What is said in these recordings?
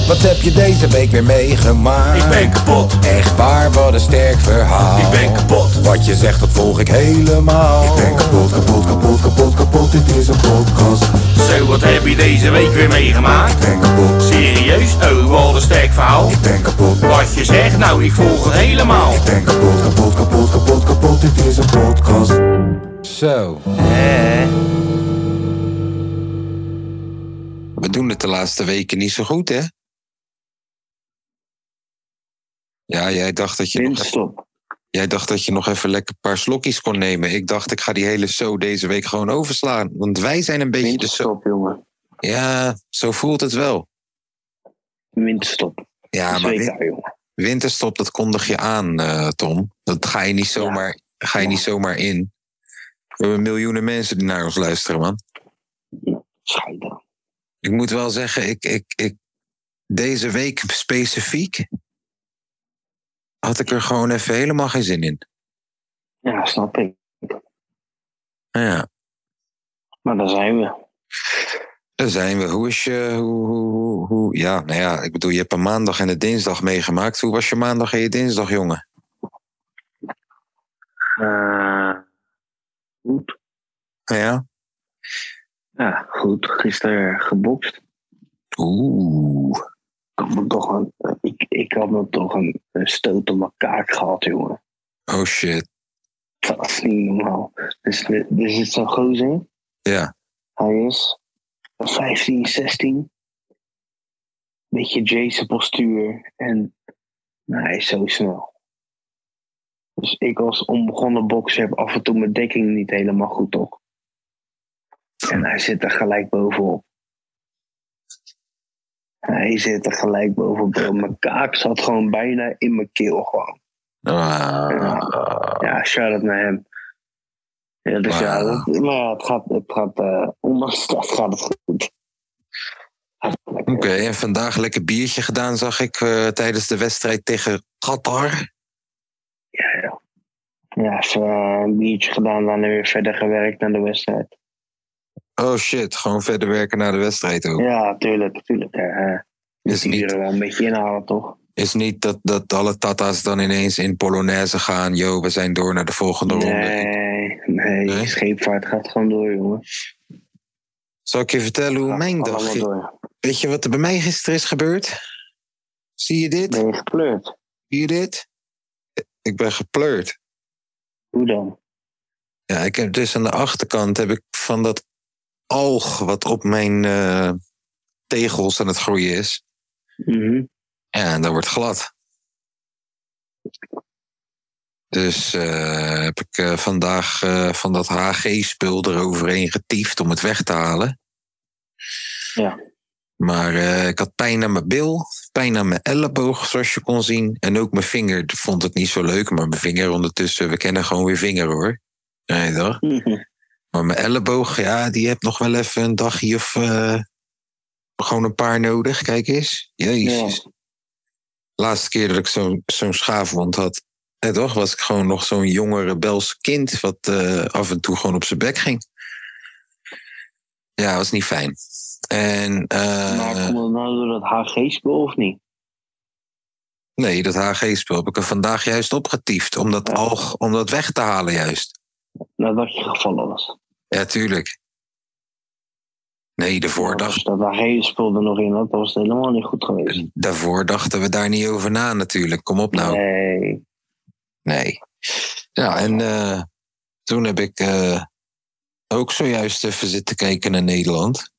Wat heb je deze week weer meegemaakt? Ik ben kapot. Echt waar, wat een sterk verhaal. Ik ben kapot. Wat je zegt, dat volg ik helemaal. Ik ben kapot, kapot, kapot, kapot, kapot. Dit is een podcast. Zo, wat heb je deze week weer meegemaakt? Ik ben kapot, Serieus? Oh, wat een sterk verhaal. ik ben kapot. Wat je zegt, nou, ik volg het helemaal. Ik ben kapot, kapot, kapot, kapot, kapot. Dit is een podcast. Zo. We doen het de laatste weken niet zo goed, hè? Ja, jij dacht dat je nog even lekker een paar slokjes kon nemen. Ik dacht, ik ga die hele show deze week gewoon overslaan. Want wij zijn een beetje de show. Winterstop, jongen. Ja, zo voelt het wel. Winterstop. Ja, maar Zweet daar, jongen. winterstop, dat kondig je aan, Tom. Dat ga je niet zomaar in. We hebben miljoenen mensen die naar ons luisteren, man. Scheiden. Ik moet wel zeggen, deze week specifiek had ik er gewoon even helemaal geen zin in. Ja, snap ik. Ja, Maar daar zijn we. daar zijn we. Hoe is je... Hoe... Ja, nou ja, ik bedoel, je hebt een maandag en een dinsdag meegemaakt. Hoe was je maandag en je dinsdag, jongen? Goed. Ja? Ja, goed. Gisteren gebokst. Oeh. Ik had me toch een stoot op mijn kaak gehad, jongen. Oh shit. Dat is niet normaal. Dus er zit zo'n gozer. Ja. Hij is 15, 16. Beetje Jason postuur. En nou, hij is zo snel. Dus ik als onbegonnen bokser heb af en toe mijn dekking niet helemaal goed, toch? En hij zit er gelijk bovenop. Hij zit er gelijk bovenop. Mijn kaak zat gewoon bijna in mijn keel gewoon. Ja, shout-out naar hem. Ja, dus maar het gaat ondanks dat gaat het goed. Oké, en vandaag lekker biertje gedaan, zag ik, tijdens de wedstrijd tegen Qatar. Ja, even een biertje gedaan, daarna weer verder gewerkt naar de wedstrijd. Oh shit, gewoon verder werken naar de wedstrijd ook. Ja, tuurlijk. Is Die niet, er wel een beetje inhalen, toch? is niet dat alle tata's dan ineens in Polonaise gaan. Yo, we zijn door naar de volgende ronde. Nee, scheepvaart gaat gewoon door, jongen. Zal ik je vertellen hoe mijn dag Allemaal ging? door. Weet je wat er bij mij gisteren is gebeurd? Zie je dit? Ben je gepleurd? Zie je dit? Ik ben gepleurd. Hoe dan? Ja, ik heb dus aan de achterkant heb ik van dat alg wat op mijn tegels aan het groeien is. Mhm. Ja, en dat wordt glad. Dus heb ik vandaag van dat HG-spul eroverheen getiefd om het weg te halen. Ja. Maar ik had pijn aan mijn bil, pijn aan mijn elleboog, zoals je kon zien. En ook mijn vinger vond het niet zo leuk, maar mijn vinger ondertussen, we kennen gewoon weer vinger hoor. Nee, toch? Mhm. Maar mijn elleboog, ja, die heeft nog wel even een dagje of gewoon een paar nodig. Kijk eens. Jezus. Ja. Laatste keer dat ik zo'n schaafwond had, toch, was ik gewoon nog zo'n jonge rebels kind wat af en toe gewoon op zijn bek ging. Ja, was niet fijn. En, Maar komt het nou door dat HG-spul of niet? nee, dat HG-spul heb ik er vandaag juist opgetiefd. Om dat alg, om dat weg te halen juist. Nadat je gevallen was. Ja, tuurlijk. Nee, Als dat HG-spul er nog in had, dan was het helemaal niet goed geweest. daarvoor dachten we daar niet over na natuurlijk. Kom op nou. Nee. Ja, en toen heb ik ook zojuist even zitten kijken naar Nederland.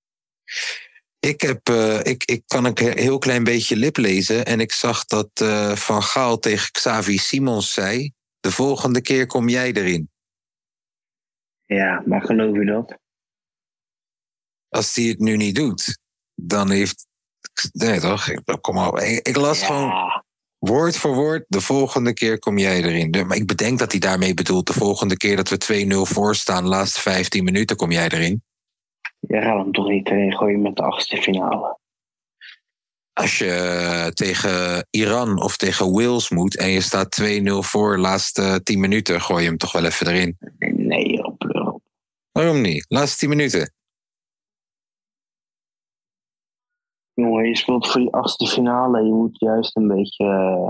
Ik kan een heel klein beetje lip lezen. En ik zag dat Van Gaal tegen Xavi Simons zei: de volgende keer kom jij erin. Ja, maar geloof je dat? Als hij het nu niet doet, dan heeft... Nee toch, kom op. Ik las gewoon woord voor woord, de volgende keer kom jij erin. Maar ik bedenk dat hij daarmee bedoelt, de volgende keer dat we 2-0 voor staan, de laatste 15 minuten kom jij erin. Je gaat hem toch niet erin gooien met de achtste finale? Als je tegen Iran of tegen Wales moet en je staat 2-0 voor de laatste 10 minuten, gooi je hem toch wel even erin. Nee, op pleur op. Waarom niet? Laatste 10 minuten. Jongen, je speelt voor die achtste finale. Je moet juist een beetje...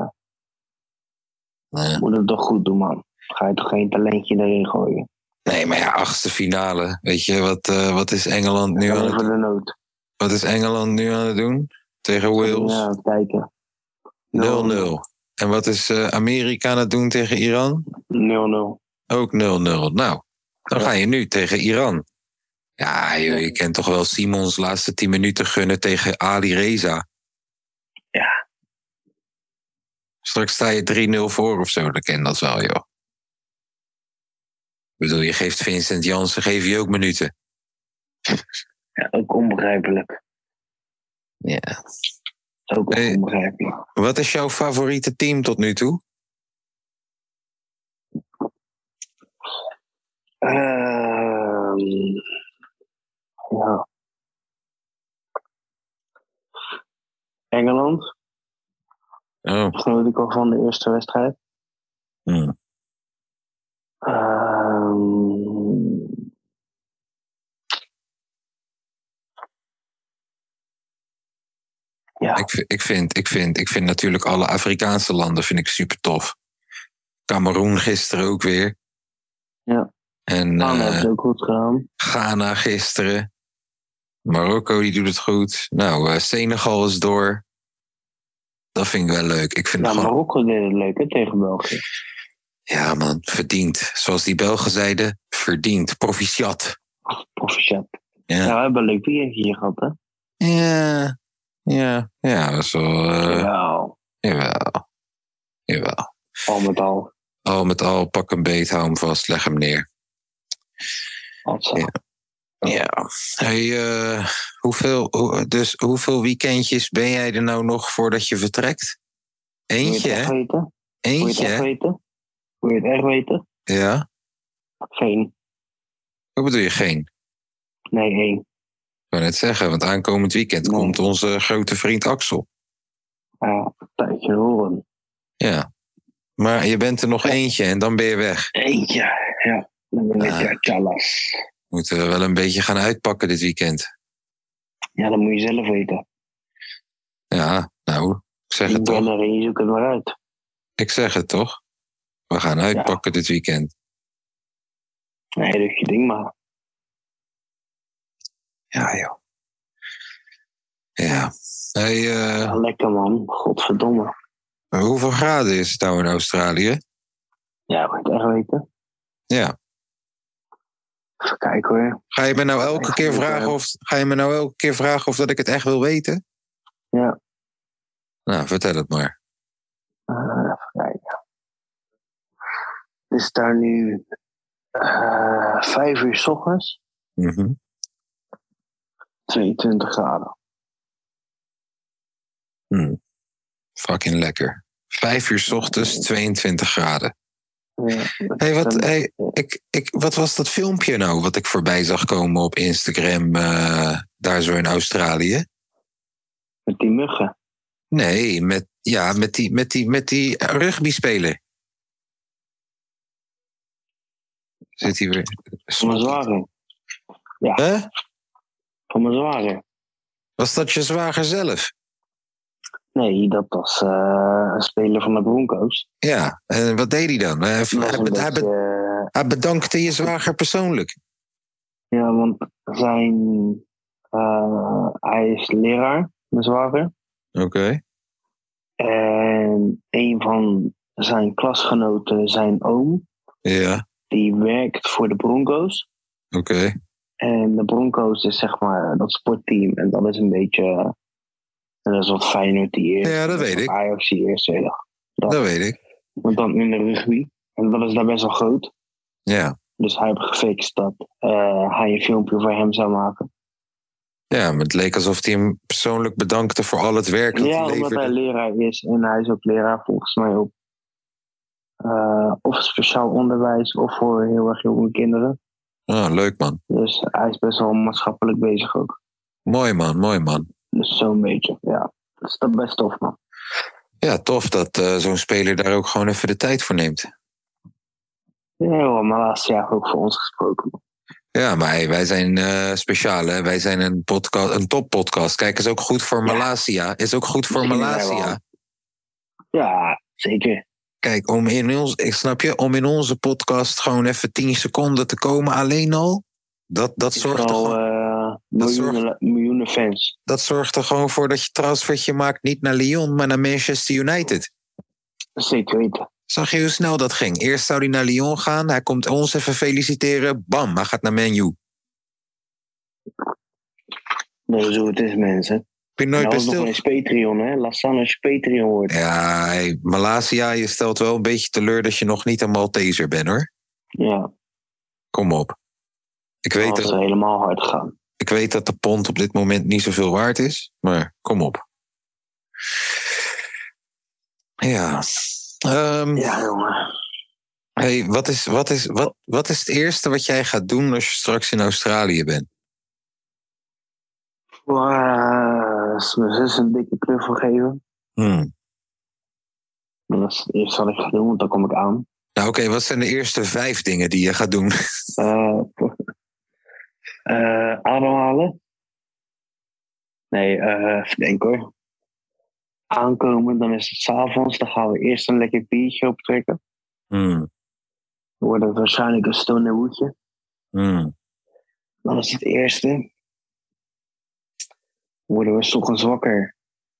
Ja. Moet het toch goed doen, man. Ga je toch geen talentje erin gooien. Nee, maar ja, achtste finale. Weet je, wat is Engeland nu aan Alleen het voor doen? de nood. Wat is Engeland nu aan het doen? Tegen Wales? Ja, kijken. 0-0. En wat is Amerika aan het doen tegen Iran? 0-0. Ook 0-0. Nou, dan ga je nu tegen Iran. Ja, joh, je kent toch wel Simons laatste 10 minuten gunnen tegen Ali Reza. Ja. Straks sta je 3-0 voor of zo, dan ken dat wel, joh. Ik bedoel, je geeft Vincent Janssen, geef je ook minuten. Ja, ook onbegrijpelijk. Ja. Ook Hey. onbegrijpelijk. Wat is jouw favoriete team tot nu toe? Ja. Engeland. Oh. Genoot ik al van de eerste wedstrijd. Hmm. Ja. Ik vind natuurlijk alle Afrikaanse landen vind ik super tof. Kameroen gisteren ook weer. Ja. En Ghana heeft het ook goed gedaan. Ghana gisteren. Marokko die doet het goed. Nou, Senegal is door. Dat vind ik wel leuk. Ik vind Ja, het gewoon... Marokko deed het leuk hè, tegen België. Ja man, verdiend. Zoals die Belgen zeiden, verdiend. Proficiat. Proficiat. Ja, Ja, we hebben een leuk weekendje hier gehad, hè? ja, dat is wel... Ja, Jawel. al met al. Al met al, pak een beet, hou hem vast, leg hem neer. Altijd. Ja. Ja. Hey, hoeveel weekendjes ben jij er nou nog voordat je vertrekt? Wil je Eentje, het echt hè? weten? Wil je het Eentje, echt hè? weten? Wil je het echt weten? Ja? Geen. Wat bedoel je geen? Nee, één. Ik wou net zeggen, want aankomend weekend Nee. komt onze grote vriend Axel. Ja, een tijdje horen. Ja. Maar je bent er nog Ja. eentje en dan ben je weg. Eentje, ja. Dan ben ik Ah. ja, tjallas. Moeten we wel een beetje gaan uitpakken dit weekend. Ja, dat moet je zelf weten. Ja, nou, ik zeg Ik het ben toch. er en je zoekt het maar uit. Ik zeg het toch. We gaan uitpakken dit weekend. Nee, doe je ding maar. Ja, joh. Ja. Hey, Ja, lekker man. Godverdomme. hoeveel graden is het nou in Australië? Ja, wil je het echt weten? Ja. Even kijken hoor. Ga je me nou elke Echt keer goed, vragen of dat ik het echt wil weten? Ja. Nou, vertel het maar. Even kijken. Het is daar nu 5 uur 's ochtends. Mhm. 22 graden. Fucking lekker. 5 uur 's ochtends, 22 graden. Ja. Wat was dat filmpje nou wat ik voorbij zag komen op Instagram daar zo in Australië? Met die muggen. Nee, met die rugbyspeler. Zit hij weer? Van mijn zwager. Ja, Hè? van mijn zwager. Was dat je zwager zelf? Nee, dat was een speler van de Broncos. Ja, en wat deed hij dan? Dat was een beetje, Hij bedankte je zwager persoonlijk. ja, want hij is leraar, mijn zwager. Oké. En een van zijn klasgenoten, zijn oom, Ja, die werkt voor de Broncos. oké. En de Broncos is zeg maar dat sportteam. En dat is een beetje... dat is wat Feyenoord die eerst. Ja, dat weet ik. Ajax die eerst, weet je. Dat weet ik. Want dan in de rugby. En dat is daar best wel groot. Ja. Dus hij heeft gefixt dat hij een filmpje voor hem zou maken. Ja, maar het leek alsof hij hem persoonlijk bedankte voor al het werk dat Ja, hij omdat leverde. hij leraar is. En hij is ook leraar volgens mij op of speciaal onderwijs of voor heel erg jonge kinderen. Oh, leuk man. Dus hij is best wel maatschappelijk bezig ook. Mooi man, mooi man. Dus zo'n beetje, ja. Dat is dat best tof, man. Ja, tof dat zo'n speler daar ook gewoon even de tijd voor neemt. Ja, joh, maar laatste jaar ook voor ons gesproken, man. Ja, maar hey, wij zijn speciaal, hè? Wij zijn een toppodcast. Kijk, is ook goed voor Malaysia. Is ook goed voor Misschien wij Malaysia. wel. Ja, zeker. Kijk, om in onze podcast gewoon even 10 seconden te komen alleen al. Dat zorgt er gewoon... miljoenen fans. Dat zorgt er gewoon voor dat je transfertje maakt niet naar Lyon, maar naar Manchester United. Zeker weten. Zag je hoe snel dat ging? Eerst zou hij naar Lyon gaan, hij komt ons even feliciteren. Bam, hij gaat naar Man U. Dat is hoe het is, mensen. Heb je nooit Nou, bij nog stil? eens Patreon, hè? Laat staan als je Patreon wordt. Ja, hey, Malaysia, je stelt wel een beetje teleur dat je nog niet een Malteser bent, hoor. Ja, Kom op. Ik weet, als ze helemaal hard gaan. ik weet dat de pond op dit moment niet zoveel waard is, maar kom op. Ja. Ja, jongen. Hey, wat is het eerste wat jij gaat doen als je straks in Australië bent? Als mijn zus een dikke knuffel geven. Dat is het eerste wat ik ga doen, want dan kom ik aan. Nou oké, wat zijn de eerste 5 dingen die je gaat doen? Ademhalen. Nee, even denken hoor. Aankomen, dan is het 's avonds. Dan gaan we eerst een lekker biertje optrekken. Dan wordt het waarschijnlijk een stoner woedje. Dat is het eerste. Dan worden we 's ochtends wakker.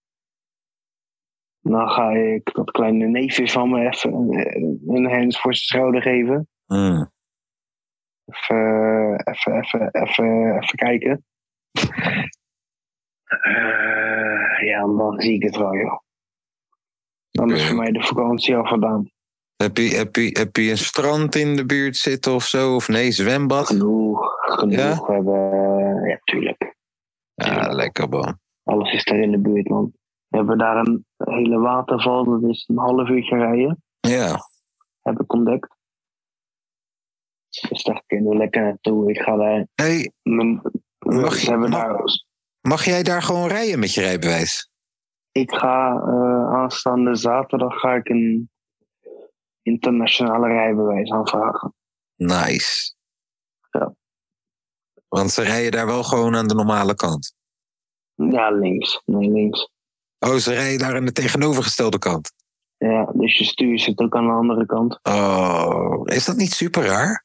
Dan ga ik dat kleine neefje van me even een hand voor zijn schouder geven. Even kijken. Ja, en dan zie ik het wel, joh. Dan is voor mij de vakantie al gedaan. Heb je een strand in de buurt zitten of zo? Of nee, zwembad? Genoeg. Ja? We hebben, ja, tuurlijk. Ja, lekker man. Alles is daar in de buurt, man. We hebben daar een hele waterval, dat is een half uurtje rijden. Ja. Heb ik ontdekt. Dus daar kunnen we lekker naartoe. Ik ga daar... Hey, mag jij daar gewoon rijden met je rijbewijs? Ik ga aanstaande zaterdag ga ik een internationale rijbewijs aanvragen. Nice. Ja. Want ze rijden daar wel gewoon aan de normale kant. Ja, links. Nee, links. Oh, ze rijden daar aan de tegenovergestelde kant. Ja, dus je stuur zit ook aan de andere kant. Oh, is dat niet super raar?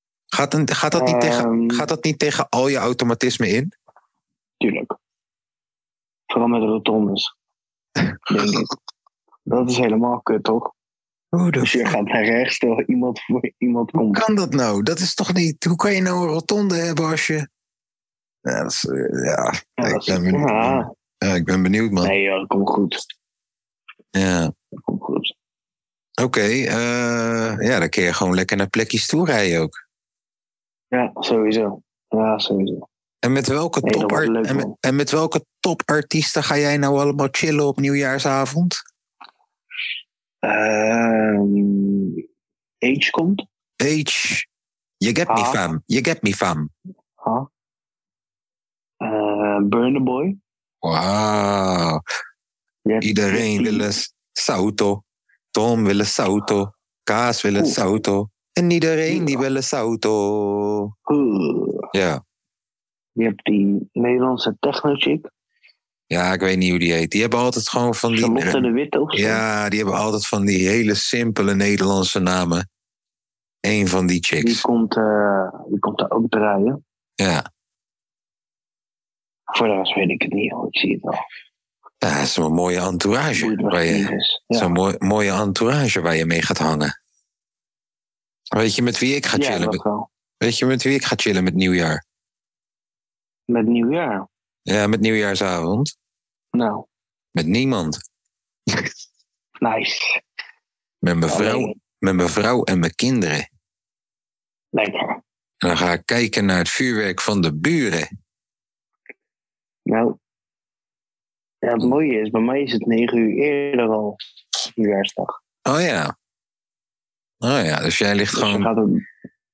Gaat dat niet tegen al je automatisme in? Tuurlijk. Vooral met de rotondes. Denk ik. Dat is helemaal kut, toch? Dus je gaat naar rechts terwijl iemand voor iemand komt. Hoe kan dat nou? Dat is toch niet... Hoe kan je nou een rotonde hebben als je... Ja, dat is, ik ben benieuwd, man. Nee, joh, dat komt goed. Ja. Dat komt goed. Oké, dan kun je gewoon lekker naar plekjes toe rijden ook. Ja, sowieso. Ja, sowieso. En met welke topartiesten ga jij nou allemaal chillen op nieuwjaarsavond? Age komt. Age. You get me, fam. You get me, fam. Burna Boy. Wauw. Iedereen wil een Sauto. Tom wil een Sauto. Kaas wil een Sauto. En iedereen die wil een Sauto. Ja. Je hebt die Nederlandse techno-chick. Ja, ik weet niet hoe die heet. Die hebben altijd gewoon van die... Charlotte de Witte of zo? Ja, die hebben altijd van die hele simpele Nederlandse namen. Eén van die chicks. Die komt daar ook draaien. Ja. Voor de rest weet ik het niet, hoor. Ik zie het wel. Ja, dat is een mooie entourage. Zo'n mooie entourage waar je mee gaat hangen. Weet je met wie ik ga chillen? Weet je met wie ik ga chillen met nieuwjaar? Met nieuwjaar? Ja, met nieuwjaarsavond. Nou. Met niemand. Nice. Met mijn vrouw en mijn kinderen. Lekker. En dan ga ik kijken naar het vuurwerk van de buren. Nou. Ja, het mooie is, bij mij is het 9 uur eerder al nieuwjaarsdag. Oh ja. Oh ja, dus jij ligt dus gewoon...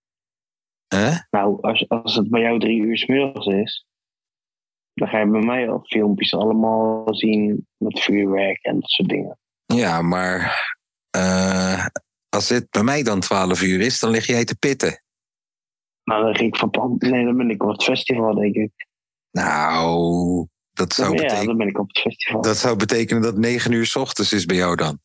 Nou, als het bij jou 3 uur 's middags is, dan ga je bij mij al filmpjes allemaal zien met vuurwerk en dat soort dingen. Ja, maar als dit bij mij dan 12 uur is, dan lig jij te pitten. Nou, dan ging ik verpand. Nee, dan ben ik op het festival, denk ik. Nou, dat zou, Ja, dan ben ik op het festival. dat zou betekenen dat 9 uur 's ochtends is bij jou dan.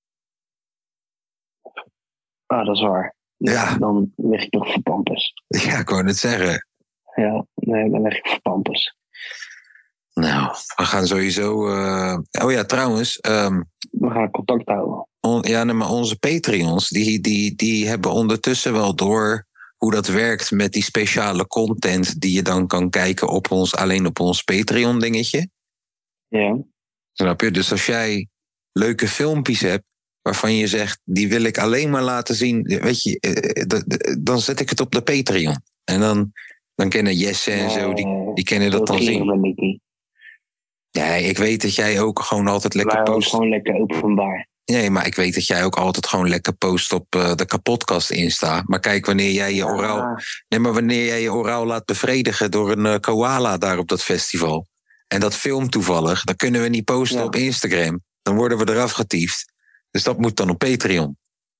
Ah, dat is waar. Ja. Dan lig ik nog voor Pampus. Ja, ik wou het zeggen. Ja, nee, dan lig ik voor Pampus. Nou, we gaan sowieso... Oh ja, trouwens... We gaan contact houden. maar onze Patreons, die hebben ondertussen wel door hoe dat werkt met die speciale content die je dan kan kijken alleen op ons Patreon dingetje. Ja. Snap je? Dus als jij leuke filmpjes hebt waarvan je zegt, die wil ik alleen maar laten zien, weet je, dan zet ik het op de Patreon. En dan kennen Jesse en zo, die kennen dat dan zien. Nee, ik weet dat jij ook gewoon altijd lekker post. Gewoon lekker openbaar. Nee, maar ik weet dat jij ook altijd gewoon lekker post op de kapotkast Insta. Maar kijk, wanneer jij je oraal laat bevredigen door een koala daar op dat festival. En dat film toevallig, dan kunnen we niet posten op Instagram. Dan worden we eraf getiefd. Dus dat moet dan op Patreon.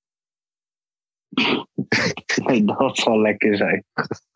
Nee, dat zal lekker zijn.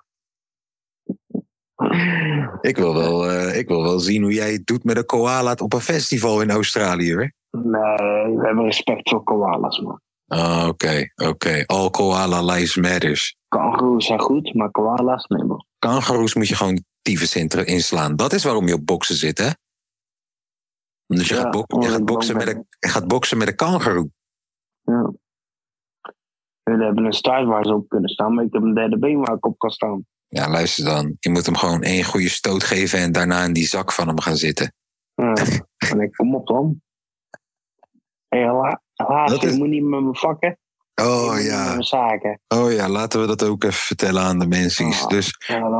Ik wil wel zien hoe jij het doet met een koala op een festival in Australië, hoor. Nee, we hebben respect voor koalas, man. Oké. All koala lives matters. Kangoeroes zijn goed, maar koalas, nee, man. Kangoeroes moet je gewoon tyfus inslaan. Dat is waarom je op boksen zit, hè? Dus je gaat boksen met een kangoeroe. Ja. Jullie hebben een staart waar ze op kunnen staan, maar ik heb een derde been waar ik op kan staan. Ja, luister dan. Je moet hem gewoon 1 goede stoot geven en daarna in die zak van hem gaan zitten. Ja, en ik kom op dan. Je moet niet met me vakken. Oh ja. Met mijn zaken. Oh ja, laten we dat ook even vertellen aan de mensen. Dus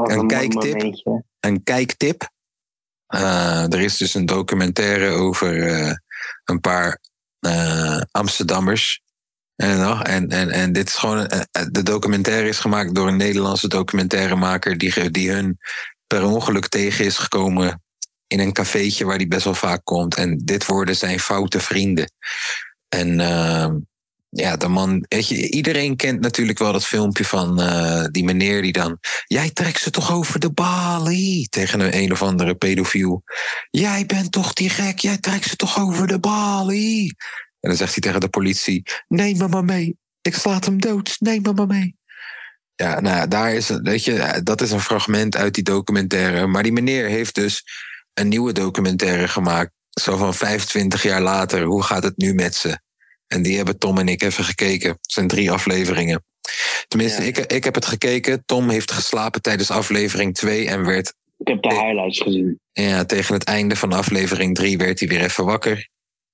een kijktip. Er is dus een documentaire over een paar Amsterdammers. En dit is gewoon. De documentaire is gemaakt door een Nederlandse documentairemaker die hun per ongeluk tegen is gekomen in een cafeetje waar hij best wel vaak komt. En dit worden zijn foute vrienden. En de man, weet je, iedereen kent natuurlijk wel dat filmpje van die meneer die dan, jij trekt ze toch over de balie, tegen een of andere pedofiel. Jij bent toch die gek, jij trekt ze toch over de balie. En dan zegt hij tegen de politie, neem me maar mee, ik slaat hem dood, neem me maar mee. Ja, nou, daar is, weet je, dat is een fragment uit die documentaire. Maar die meneer heeft dus een nieuwe documentaire gemaakt, zo van 25 jaar later, hoe gaat het nu met ze? En die hebben Tom en ik even gekeken. Het zijn 3 afleveringen. Tenminste, ik heb het gekeken. Tom heeft geslapen tijdens aflevering 2 en werd... Ik heb de highlights gezien. Ja, tegen het einde van aflevering 3 werd hij weer even wakker.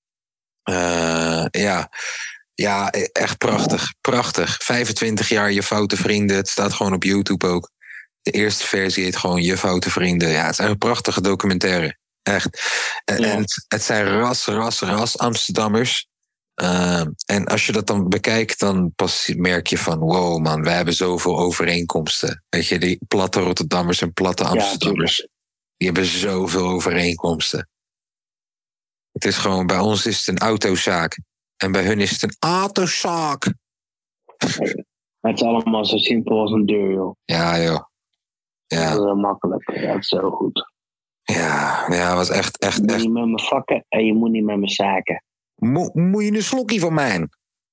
Ja, echt prachtig. Prachtig. 25 jaar Je Foute Vrienden. Het staat gewoon op YouTube ook. De eerste versie heet gewoon Je Foute Vrienden. Ja, het is een prachtige documentaire. Echt. En het zijn ras Amsterdammers. En als je dat dan bekijkt, dan pas merk je van, wow man, wij hebben zoveel overeenkomsten. Weet je, die platte Rotterdammers en platte Amsterdammers, die hebben zoveel overeenkomsten. Het is gewoon, bij ons is het een autozaak. En bij hun is het een autozaak. Het is allemaal zo simpel als een deur, joh. Ja, joh. Ja. Dat is heel makkelijk. Ja, het is zo goed. Ja, het was echt. Je moet niet met me vakken en je moet niet met me zaken. Moet je een slokje van mij?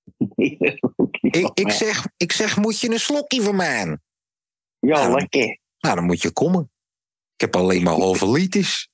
Ik zeg, moet je een slokje van mij? Ja, nou, lekker. Nou, dan moet je komen. Ik heb alleen maar halve liters.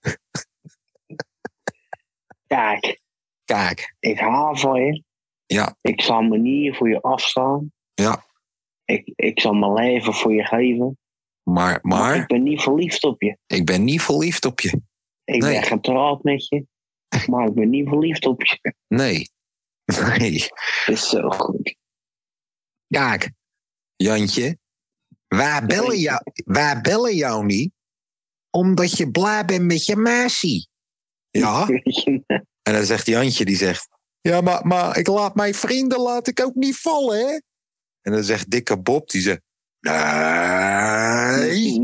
Kijk. Ik haal van je. Ja. Ik zal me niet voor je afstaan. Ja. Ik zal mijn leven voor je geven. Maar ik ben niet verliefd op je. Ik ben niet verliefd op je. Ik ben getrouwd met je. Maar ik ben niet verliefd op je. Nee. Het is zo goed. Kijk, Jantje. Wij bellen jou niet. Omdat je blij bent met je meisje. Ja. En dan zegt Jantje, die zegt... Ja, maar ik laat mijn vrienden ook niet vallen, hè? En dan zegt dikke Bob, die zegt... Nee.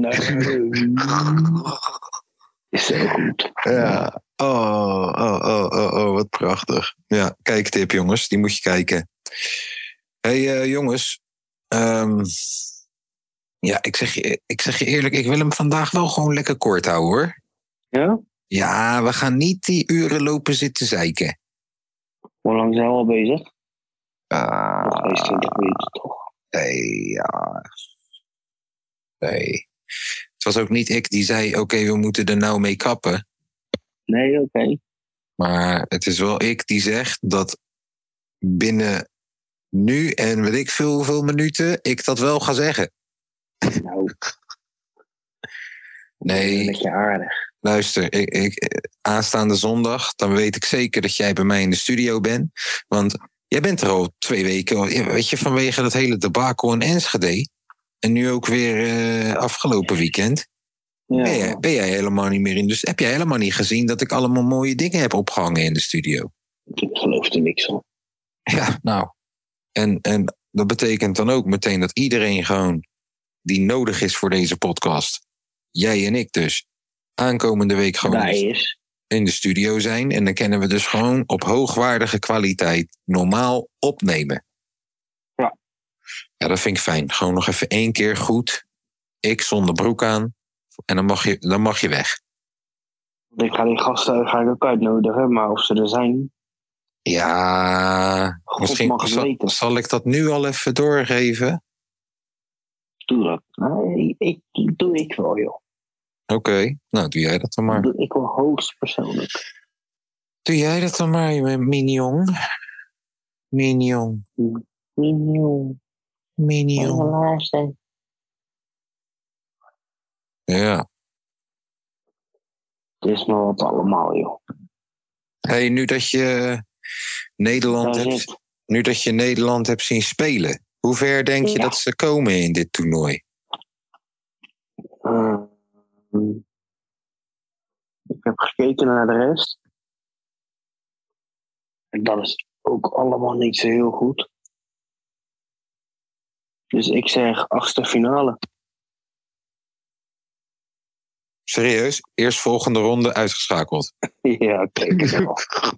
Is zo goed. Ja. Oh, wat prachtig. Ja, kijktip, jongens. Die moet je kijken. Hey, jongens. Ja, ik zeg je eerlijk, ik wil hem vandaag wel gewoon lekker kort houden, hoor. Ja? Ja, we gaan niet die uren lopen zitten zeiken. Hoe lang zijn we al bezig? Ah, 20 minuten toch? nee, ja. Nee. Het was ook niet ik die zei, oké, we moeten er nou mee kappen. Nee, oké. Maar het is wel ik die zegt dat binnen nu en weet ik veel hoeveel minuten ik dat wel ga zeggen. Nou, Nee, dat je aardig. luister, aanstaande zondag, dan weet ik zeker dat jij bij mij in de studio bent. Want jij bent er al 2 weken, weet je, vanwege dat hele debakel in Enschede. En nu ook weer afgelopen weekend. Ja. Ben jij helemaal niet meer in. Dus heb jij helemaal niet gezien dat ik allemaal mooie dingen heb opgehangen in de studio? Ik geloof er niks van. Ja, nou. En dat betekent dan ook meteen dat iedereen gewoon die nodig is voor deze podcast, jij en ik dus, aankomende week gewoon Daar is. in de studio zijn. En dan kunnen we dus gewoon op hoogwaardige kwaliteit normaal opnemen. Ja. Ja, dat vind ik fijn. Gewoon nog even 1 keer goed. Ik zonder broek aan. En dan mag je weg. Ik ga die gasten ook uitnodigen, maar of ze er zijn, Ja, God misschien mag het weten. zal ik dat nu al even doorgeven. Doe dat. Nee, doe ik wel, joh. Oké, nou doe jij dat dan maar. Doe ik wel hoogstpersoonlijk. Doe jij dat dan maar, je mignon. Mignon. Mignon. Mignon. Laarzen. Ja. Het is maar wat allemaal, joh. Hey, nu dat je Nederland hebt zien spelen, hoe ver denk je dat ze komen in dit toernooi? Ik heb gekeken naar de rest. En dat is ook allemaal niet zo heel goed. Dus ik zeg 8e finale. Serieus? Eerst volgende ronde uitgeschakeld. Ja, kijk eens wel.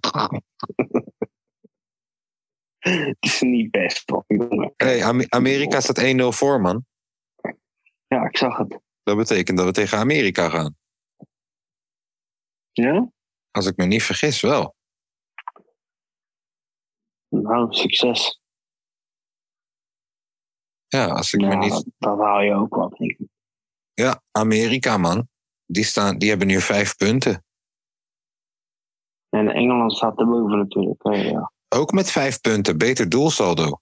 Het is niet best, toch, jongen. Hey, Amerika staat 1-0 voor, man. Ja, ik zag het. Dat betekent dat we tegen Amerika gaan. Ja? Als ik me niet vergis, wel. Nou, succes. Ja, als ik me niet... Dat haal je ook wat, denk ik. Ja, Amerika, man. Die hebben nu 5 punten. En Engeland staat erboven natuurlijk. Ja. Ook met 5 punten. Beter doelsaldo.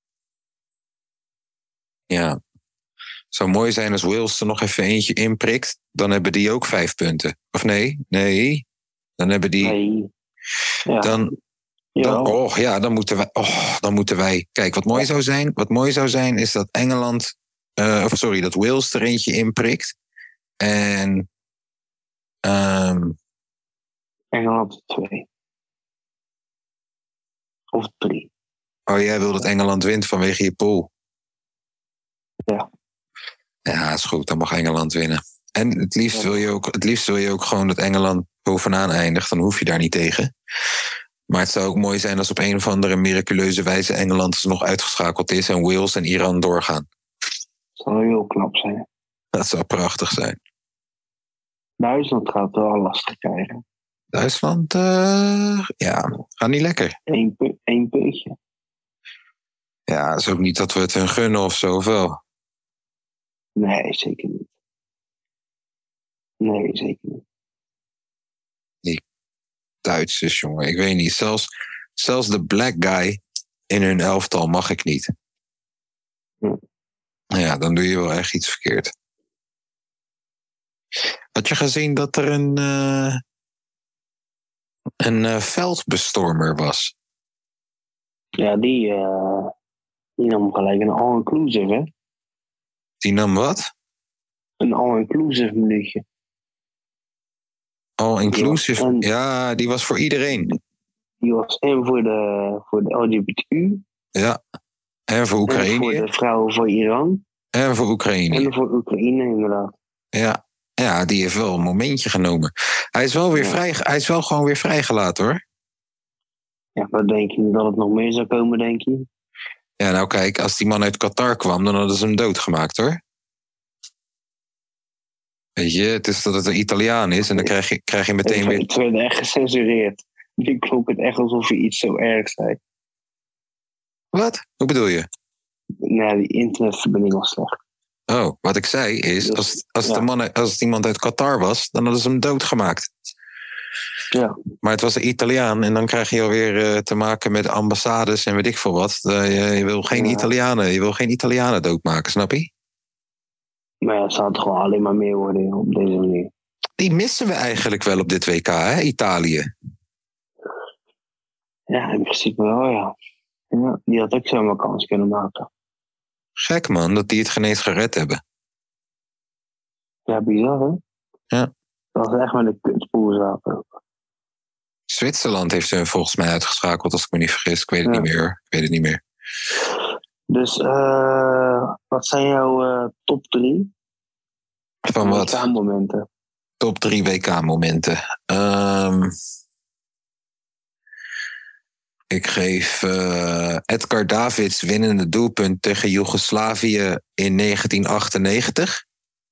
Ja. Zou mooi zijn als Wales er nog even eentje inprikt. Dan hebben die ook 5 punten. Of nee? Dan hebben die... Nee. Ja. Dan moeten wij... Kijk, wat mooi zou zijn is dat Engeland... dat Wales er eentje inprikt. En... Engeland 2. Of 3. Oh, jij wil dat Engeland wint vanwege je pool. Ja. Ja, is goed. Dan mag Engeland winnen. En het liefst wil je ook gewoon dat Engeland bovenaan eindigt. Dan hoef je daar niet tegen. Maar het zou ook mooi zijn als op een of andere miraculeuze wijze Engeland dus nog uitgeschakeld is en Wales en Iran doorgaan. Dat zou heel knap zijn. Dat zou prachtig zijn. Duitsland gaat wel lastig krijgen. Duitsland, gaat niet lekker. 1 puntje. Ja, het is ook niet dat we het hun gunnen of zo, of wel? Nee, zeker niet. Die Duitsers, jongen, ik weet niet. Zelfs de black guy in hun elftal mag ik niet. Ja, dan doe je wel echt iets verkeerd. Had je gezien dat er een veldbestormer was? Ja, die nam gelijk een all-inclusive, hè? Die nam wat? Een all-inclusive minuutje. All-inclusive? Ja, die was voor iedereen. Die was en voor de LGBTQ. Ja, en voor Oekraïne. En voor de vrouwen voor Iran. En voor Oekraïne. En voor Oekraïne, inderdaad. Ja, die heeft wel een momentje genomen. Hij is wel weer hij is wel gewoon weer vrijgelaten, hoor. Ja, maar denk je dat het nog meer zou komen, denk je? Ja, nou kijk, als die man uit Qatar kwam, dan hadden ze hem doodgemaakt, hoor. Weet je, het is dat het een Italiaan is en dan krijg je meteen weer... Het werd echt gecensureerd. Nu klonk het echt alsof je iets zo erg zei. Wat? Hoe bedoel je? Nee, die internetverbinding was slecht. Oh, wat ik zei is, als het iemand uit Qatar was, dan hadden ze hem doodgemaakt. Ja. Maar het was een Italiaan en dan krijg je alweer te maken met ambassades en weet ik veel wat. Je wil geen Italianen doodmaken, snap je? Maar ja, het zou gewoon alleen maar meer worden op deze manier. Die missen we eigenlijk wel op dit WK, hè, Italië. Ja, in principe wel, ja. Ja, die had ook zomaar kans kunnen maken. Gek man, dat die het geen eens gered hebben. Ja, bizar hè? Ja. Dat was echt met een kutpoel zaten. Zwitserland heeft ze volgens mij uitgeschakeld, als ik me niet vergis. Ik weet het niet meer. Dus, wat zijn jouw top 3? Van wat? Momenten. Top 3 WK-momenten. Ik geef Edgar Davids winnende doelpunt tegen Joegoslavië in 1998.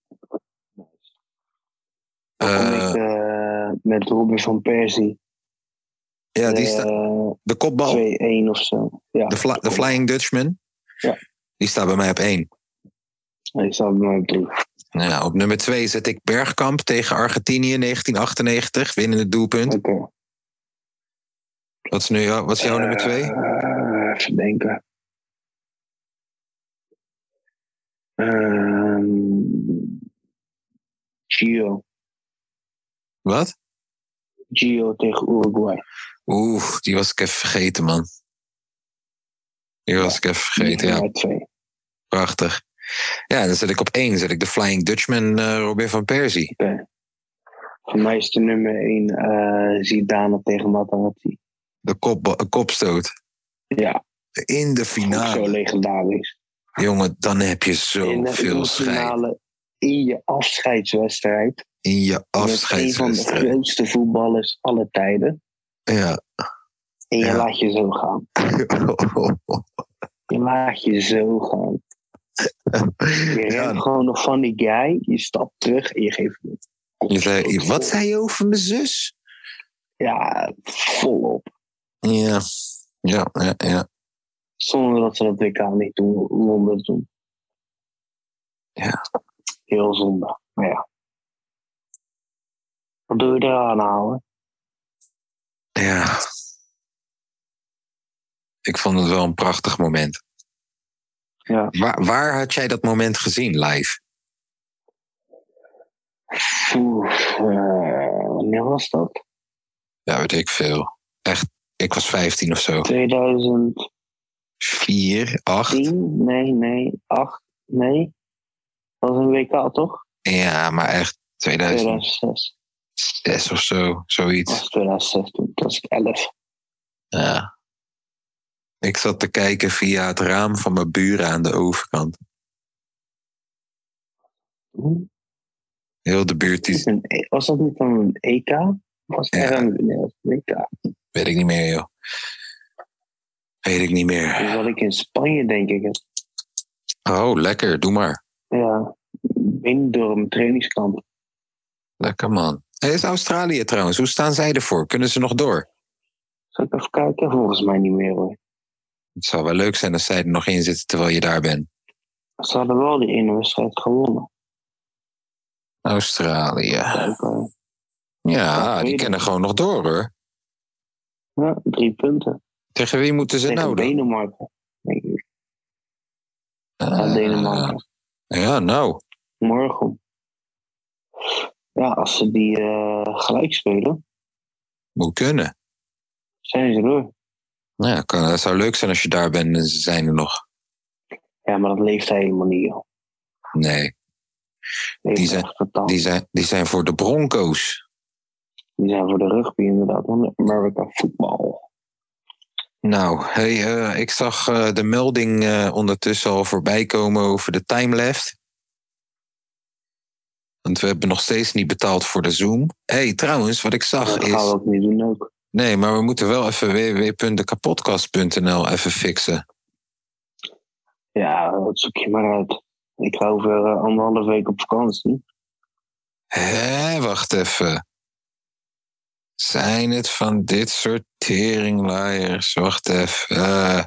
Met Robin van Persie. Ja, die staat. De kopbal. 2-1 of zo. Ja, de Flying Dutchman. Ja. Die staat bij mij op 1. Die staat bij mij op 3. Ja, op nummer 2 zet ik Bergkamp tegen Argentinië 1998. Winnende doelpunt. Okay. Wat is jouw nummer 2? Even denken. Gio. Wat? Gio tegen Uruguay. Oeh, die was ik even vergeten, man. Ja. 2. Prachtig. Ja, dan zet ik op 1. Zet ik de Flying Dutchman Robin van Persie. Okay. Voor mij is de nummer 1 Zidane tegen Materazzi. De kopstoot. Ja. In de finale. Zo legendarisch. Jongen, dan heb je zoveel finale, in je afscheidswedstrijd. In je afscheidswedstrijd. Met een van de grootste voetballers aller tijden. Ja. En je laat je zo gaan. Je laat je zo gaan. Je rent gewoon nog van die guy. Je stapt terug en je geeft hem. Wat zei je over mijn zus? Ja, volop. Ja. Zonder dat ze dat WK niet wonnen toen. Ja. Heel zonde. Maar ja. Wat doe je eraan houden? Ja. Ik vond het wel een prachtig moment. Ja. Waar had jij dat moment gezien live? Wanneer was dat? Ja, weet ik veel. Echt, ik was 15 of zo. 2004, 8? Nee, 8, nee. Dat was een WK, toch? Ja, maar echt 2006. 6 of zo, zoiets. Dat was 2006, toen was ik 11. Ja. Ik zat te kijken via het raam van mijn buren aan de overkant. Heel de buurt die... Was dat niet dan een EK? Was het een WK? Weet ik niet meer, joh. Weet ik niet meer. Dus zat ik in Spanje, denk ik. Oh, lekker. Doe maar. Ja, binnen door een trainingskamp. Lekker, man. Hey, is Australië trouwens? Hoe staan zij ervoor? Kunnen ze nog door? Zal ik even kijken? Volgens mij niet meer, hoor. Het zou wel leuk zijn als zij er nog in zitten terwijl je daar bent. Ze hadden wel die ene wedstrijd gewonnen. Australië. Ja, die kennen gewoon nog door, hoor. Ja, 3 punten. Tegen wie moeten ze nou dan? Denemarken, denk ik. Denemarken. Ja, nou. Morgen. Ja, als ze die gelijk spelen. Moet kunnen. Zijn ze door. Ja, het zou leuk zijn als je daar bent en ze zijn er nog. Ja, maar dat leeft helemaal niet, joh. Nee. Die zijn voor de Broncos. Die zijn voor de rugby inderdaad. Amerika voetbal. Nou, hey, ik zag de melding ondertussen al voorbij komen over de timeleft. Want we hebben nog steeds niet betaald voor de Zoom. Hey, trouwens, wat ik zag is... Dat gaan we ook niet doen ook. Nee, maar we moeten wel even www.dekapodcast.nl even fixen. Ja, dat zoek je maar uit. Ik ga over 1,5 week op vakantie. Wacht even. Zijn het van dit soort teringlaaiers? Wacht even.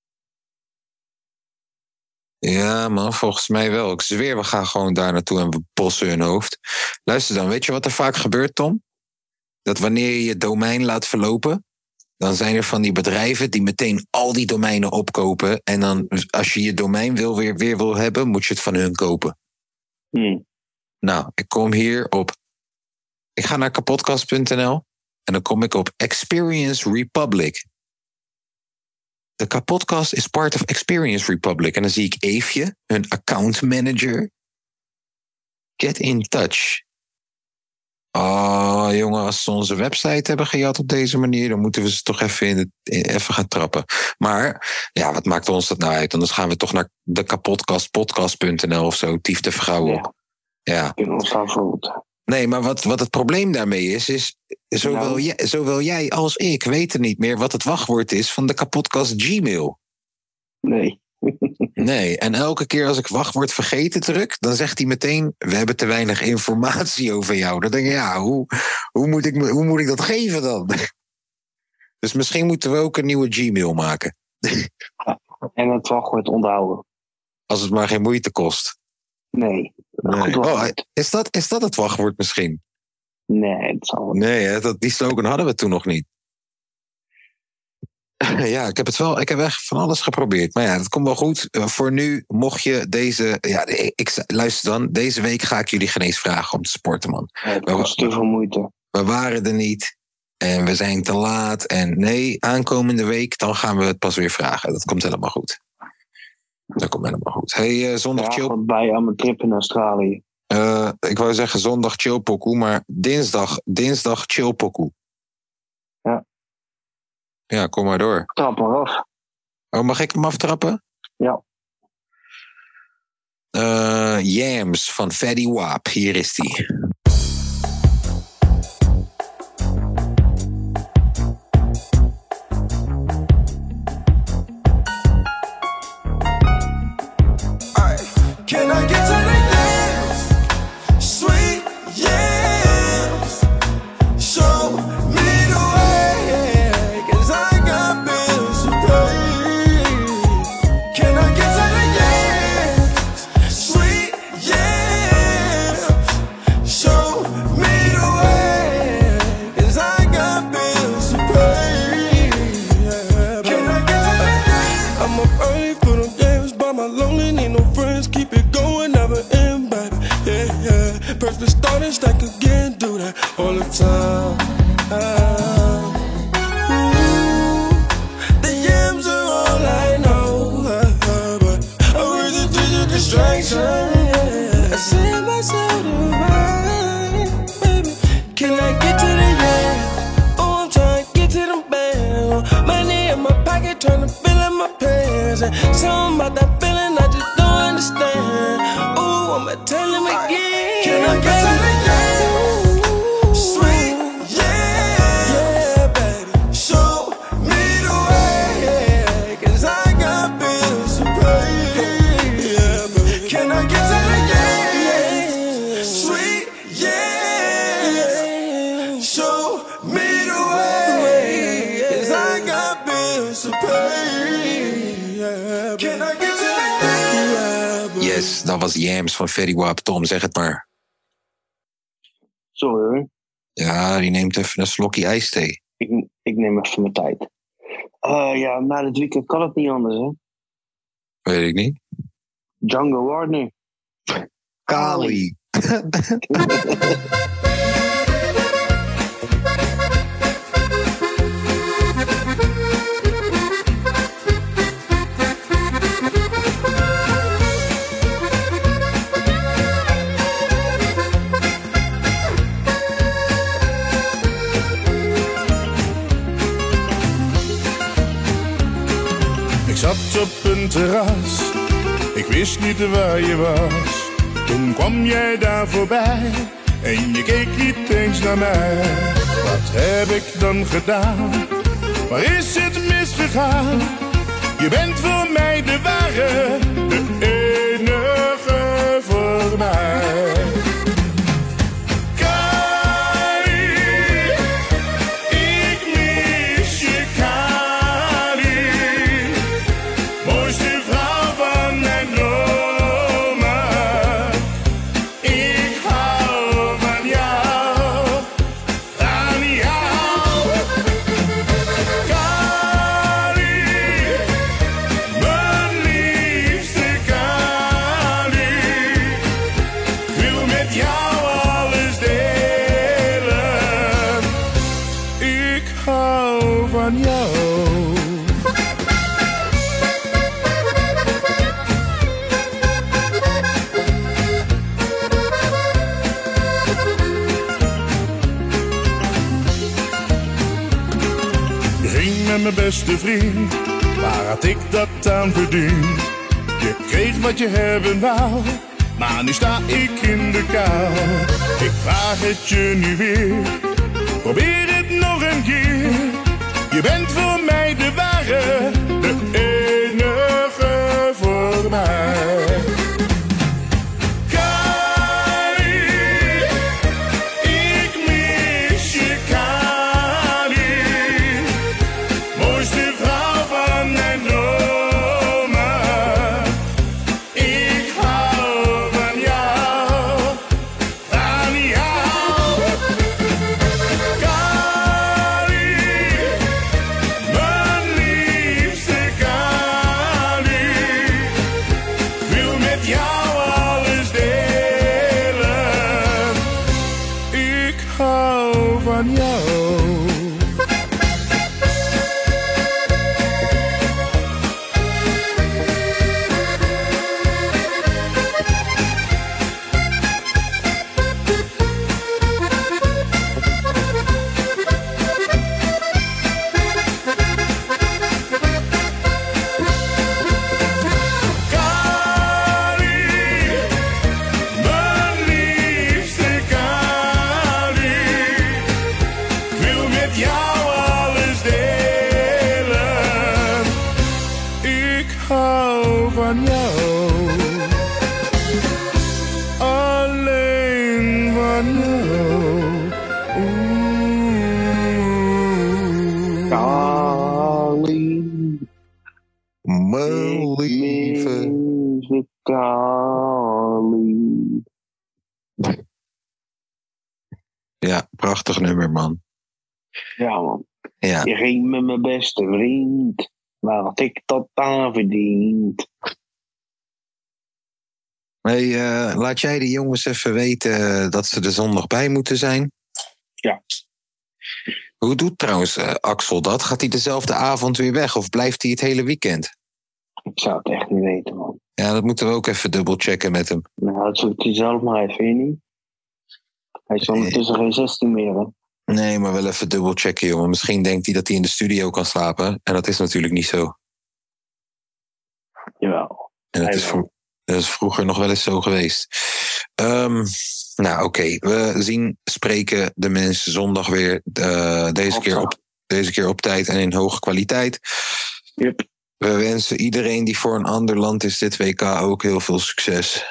Ja, man, volgens mij wel. Ik zweer, we gaan gewoon daar naartoe en we bossen hun hoofd. Luister dan, weet je wat er vaak gebeurt, Tom? Dat wanneer je je domein laat verlopen, dan zijn er van die bedrijven die meteen al die domeinen opkopen. En dan, als je je domein weer wil hebben, moet je het van hun kopen. Nou, ik kom hier op... Ik ga naar kapotkast.nl en dan kom ik op Experience Republic. De kapotkast is part of Experience Republic. En dan zie ik Eefje, hun account manager. Get in touch. Oh, jongen, als ze onze website hebben gejat op deze manier, dan moeten we ze toch even gaan trappen. Maar, ja, wat maakt ons dat nou uit? Anders gaan we toch naar de kapotkastpodcast.nl of zo, Tief de Vrouwen. Ja. Nee, maar wat het probleem daarmee is zowel jij als ik weten niet meer wat het wachtwoord is van de kapotkast Gmail. Nee. Nee, en elke keer als ik wachtwoord vergeten druk, dan zegt hij meteen, we hebben te weinig informatie over jou. Dan denk ik, ja, hoe moet ik dat geven dan? Dus misschien moeten we ook een nieuwe Gmail maken. En het wachtwoord onthouden. Als het maar geen moeite kost. Nee. Oh, is dat het wachtwoord misschien? Nee, dat zal niet. Nee, die slogan hadden we toen nog niet. Ja, ik heb echt van alles geprobeerd. Maar ja, dat komt wel goed. Voor nu, mocht je deze... Ja, luister dan. Deze week ga ik jullie geen eens vragen om te sporten, man. Het kost te veel moeite. We waren er niet. En we zijn te laat. En nee, aankomende week, dan gaan we het pas weer vragen. Dat komt helemaal goed. Hey, zondag chill... Ja, bij aan mijn trip in Australië. Ik wou zeggen zondag chillpokoe, maar dinsdag chillpokoe. Ja. Ja, kom maar door. Trap maar af. Oh, mag ik hem aftrappen? Ja. Yams van Fetty Wap. Hier is die. Can I get to the yams? Sweet yams. Show me the way, 'cause I got bills to pay. Can I get to the yams? Sweet yams. Show me the way, 'cause I got bills to pay. Can I get to the yams? I'm up early for them games, but my lonely need no friends. Keep it going, never end, baby. Yeah, yeah. Press the start and stack again, do that all the time. Ooh, the yams are all I know, but I wish it was a distraction. Yeah. I set myself to ride, baby. Can I get to the yams? Oh, I'm trying to get to the band. Money in my pocket, trying to fill in my pants. And something about that feeling I just don't understand. Ooh, I'ma tell him again. Can I get to the yams? Sweet yams. Yeah, baby. Show me the way, 'cause I got bills to pay. Yeah, baby. Can I get to the yams? Sweet yams. Show me the way, 'cause I got bills to pay. Yeah, can I get to the yams? Yes, dat was Yams van Fetty Wap. Tom, zeg het maar. Sorry hoor. Ja, die neemt even een slokje ijsthee. Ik neem even mijn tijd. Ja, na dit weekend kan het niet anders, hè? Weet ik niet. Django Wagner. Kali. Ik zat op een terras, ik wist niet waar je was. Toen kwam jij daar voorbij en je keek niet eens naar mij. Wat heb ik dan gedaan? Waar is het misgegaan? Je bent voor mij de ware, de enige voor mij. met mijn beste vriend. Waar had ik dat aan verdiend? Je kreeg wat je hebben wou, maar nu sta ik in de kou. Ik vraag het je nu weer, probeer het nog een keer. Je bent voor mij de ware, de enige voor mij. Ja, prachtig nummer, man. Ja, man. Ja. Je ging met mijn beste vriend. Waar had ik dat aan verdiend? Hey, laat jij de jongens even weten dat ze er zondag bij moeten zijn? Ja. Hoe doet trouwens Axel dat? Gaat hij dezelfde avond weer weg of blijft hij het hele weekend? Ik zou het echt niet weten, man. Ja, dat moeten we ook even dubbelchecken met hem. Nou, dat zoekt hij zelf maar even, weet je niet? Hij is ondertussen geen 16 meer, hè? Nee, maar wel even dubbelchecken, jongen. Misschien denkt hij dat hij in de studio kan slapen. En dat is natuurlijk niet zo. Jawel. En dat is vroeger nog wel eens zo geweest. Nou, oké. We spreken de mensen zondag weer. Deze keer op tijd en in hoge kwaliteit. Yep. We wensen iedereen die voor een ander land is dit WK ook heel veel succes.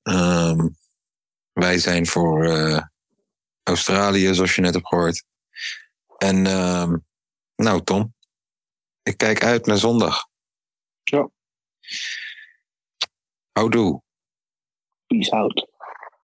Wij zijn voor Australië, zoals je net hebt gehoord. En nou, Tom. Ik kijk uit naar zondag. Ja. Houdoe. Peace out.